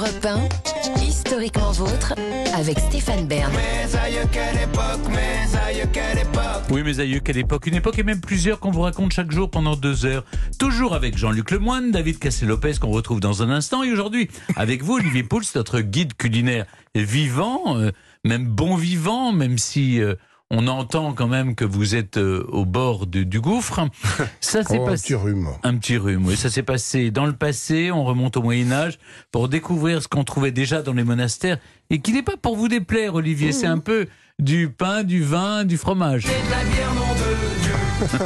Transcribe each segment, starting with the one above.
Europe 1, historiquement vôtre, avec Stéphane Bern. Mes aïeux, quelle époque, mes aïeux, quelle époque. Oui, mes aïeux, quelle époque. Une époque et même plusieurs qu'on vous raconte chaque jour pendant 2 heures. Toujours avec Jean-Luc Lemoyne, David Cassé-Lopez qu'on retrouve dans un instant. Et aujourd'hui, avec vous, Olivier Pouls, notre guide culinaire vivant, même bon vivant, même si... on entend quand même que vous êtes au bord du gouffre. Ça s'est passé... Un petit rhume. Un petit rhume, oui. Ça s'est passé dans le passé. On remonte au Moyen-Âge pour découvrir ce qu'on trouvait déjà dans les monastères et qui n'est pas pour vous déplaire, Olivier. C'est un peu du pain, du vin, du fromage. Et de la bière, nom de Dieu.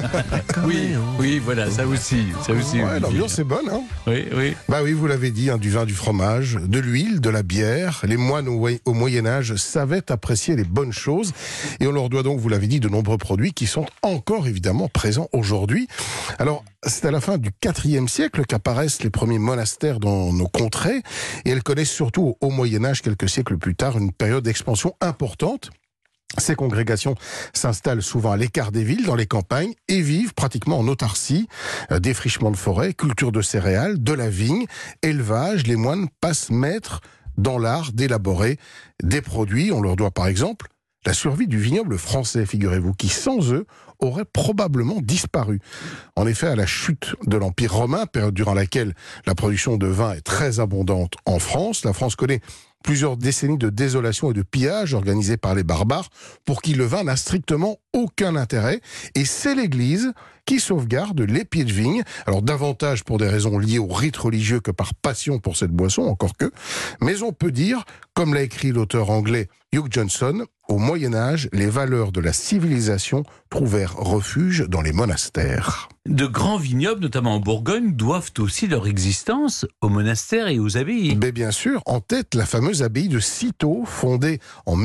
Oui, voilà, ça aussi. Ouais, l'ambiance est bonne, hein. Oui. Bah oui, vous l'avez dit, hein, du vin, du fromage, de l'huile, de la bière. Les moines au Moyen-Âge savaient apprécier les bonnes choses. Et on leur doit donc, vous l'avez dit, de nombreux produits qui sont encore évidemment présents aujourd'hui. Alors, c'est à la fin du IVe siècle qu'apparaissent les premiers monastères dans nos contrées. Et elles connaissent surtout au Moyen-Âge, quelques siècles plus tard, une période d'expansion importante. Ces congrégations s'installent souvent à l'écart des villes, dans les campagnes, et vivent pratiquement en autarcie. Défrichement de forêt, culture de céréales, de la vigne, élevage, les moines passent maîtres dans l'art d'élaborer des produits. On leur doit par exemple la survie du vignoble français, figurez-vous, qui sans eux aurait probablement disparu. En effet, à la chute de l'Empire romain, période durant laquelle la production de vin est très abondante en France, la France connaît plusieurs décennies de désolation et de pillage organisés par les barbares pour qui le vin n'a strictement aucun intérêt. Et c'est l'Église qui sauvegarde les pieds de vigne. Alors davantage pour des raisons liées au rite religieux que par passion pour cette boisson, encore que. Mais on peut dire, comme l'a écrit l'auteur anglais Hugh Johnson, au Moyen-Âge, les valeurs de la civilisation trouvèrent refuge dans les monastères. De grands vignobles, notamment en Bourgogne, doivent aussi leur existence aux monastères et aux abbayes. Mais bien sûr, en tête, la fameuse abbaye de Cîteaux, fondée en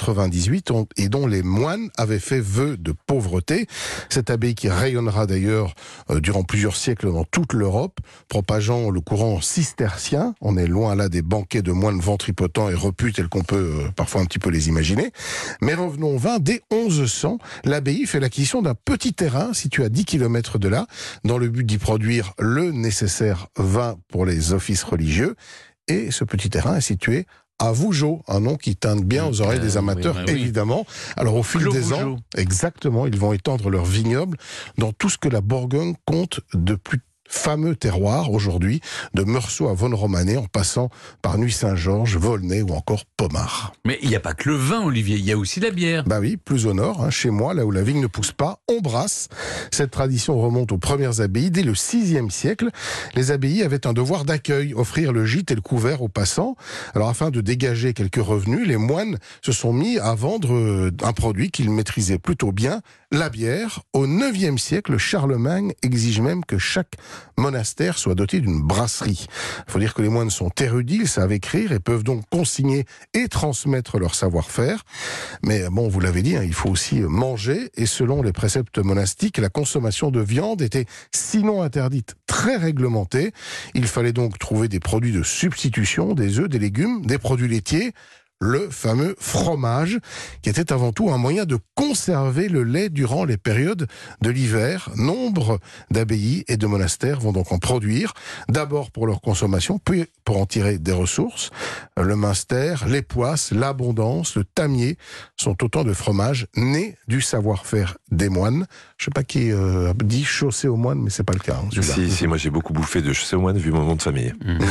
1098 et dont les moines avaient fait vœu de pauvreté. Cette abbaye qui rayonnera d'ailleurs durant plusieurs siècles dans toute l'Europe, propageant le courant cistercien. On est loin là des banquets de moines ventripotents et repus tels qu'on peut parfois un petit peu les imaginer. Mais revenons au vin, dès 1100, l'abbaye fait l'acquisition d'un petit terrain situé à 10 km de là, dans le but d'y produire le nécessaire vin pour les offices religieux. Et ce petit terrain est situé à Vougeot, un nom qui teinte bien aux oreilles des amateurs, évidemment. Alors au fil des ans, exactement, ils vont étendre leur vignoble dans tout ce que la Bourgogne compte de plus fameux terroir aujourd'hui, de Meursault à Vonne-Romanée, en passant par Nuits-Saint-Georges, Volnay ou encore Pommard. Mais il n'y a pas que le vin, Olivier, il y a aussi la bière. Bah oui, plus au nord, hein, chez moi, là où la vigne ne pousse pas, on brasse. Cette tradition remonte aux premières abbayes. Dès le VIe siècle, les abbayes avaient un devoir d'accueil, offrir le gîte et le couvert aux passants. Alors afin de dégager quelques revenus, les moines se sont mis à vendre un produit qu'ils maîtrisaient plutôt bien, la bière. Au IXe siècle, Charlemagne exige même que chaque monastère soit doté d'une brasserie. Il faut dire que les moines sont érudits, ils savent écrire et peuvent donc consigner et transmettre leur savoir-faire. Mais bon, vous l'avez dit, hein, il faut aussi manger. Et selon les préceptes monastiques, la consommation de viande était sinon interdite, très réglementée. Il fallait donc trouver des produits de substitution, des œufs, des légumes, des produits laitiers. Le fameux fromage, qui était avant tout un moyen de conserver le lait durant les périodes de l'hiver. Nombre d'abbayes et de monastères vont donc en produire, d'abord pour leur consommation, puis pour en tirer des ressources. Le Münster, les Poisses, l'Abondance, le Tamier sont autant de fromages nés du savoir-faire des moines. Je ne sais pas qui dit chaussée aux moines, mais c'est pas le cas. Hein, si, moi j'ai beaucoup bouffé de chaussée aux moines vu mon nom de famille.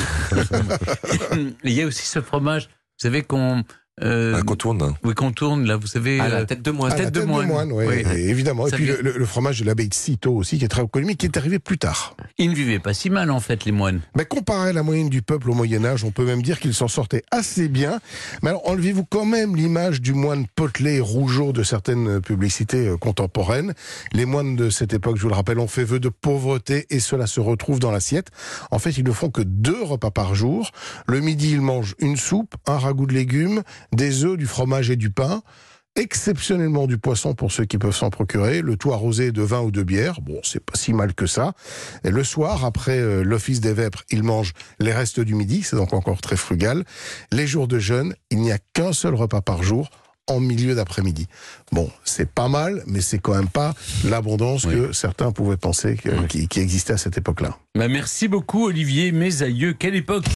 Il y a aussi ce fromage. Vous savez qu'on... qu'on tourne. Oui, qu'on tourne, là, vous savez... la tête de moine. La tête de moine, oui. Évidemment. Et puis le fromage de l'abbaye de Cîteaux aussi, qui est très connu, mais qui est arrivé plus tard. Ils ne vivaient pas si mal, en fait, les moines. Mais comparé à la moyenne du peuple au Moyen-Âge, on peut même dire qu'ils s'en sortaient assez bien. Mais alors, enlevez-vous quand même l'image du moine potelé et rougeot de certaines publicités contemporaines. Les moines de cette époque, je vous le rappelle, ont fait vœu de pauvreté et cela se retrouve dans l'assiette. En fait, ils ne font que 2 repas par jour. Le midi, ils mangent une soupe, un ragoût de légumes, des œufs, du fromage et du pain, exceptionnellement du poisson pour ceux qui peuvent s'en procurer, le tout arrosé de vin ou de bière, bon, c'est pas si mal que ça. Et le soir, après l'office des vêpres, ils mangent les restes du midi, c'est donc encore très frugal. Les jours de jeûne, il n'y a qu'un seul repas par jour, en milieu d'après-midi. Bon, c'est pas mal, mais c'est quand même pas l'abondance que certains pouvaient penser qui existait à cette époque-là. Merci beaucoup, Olivier, mes aïeux, quelle époque!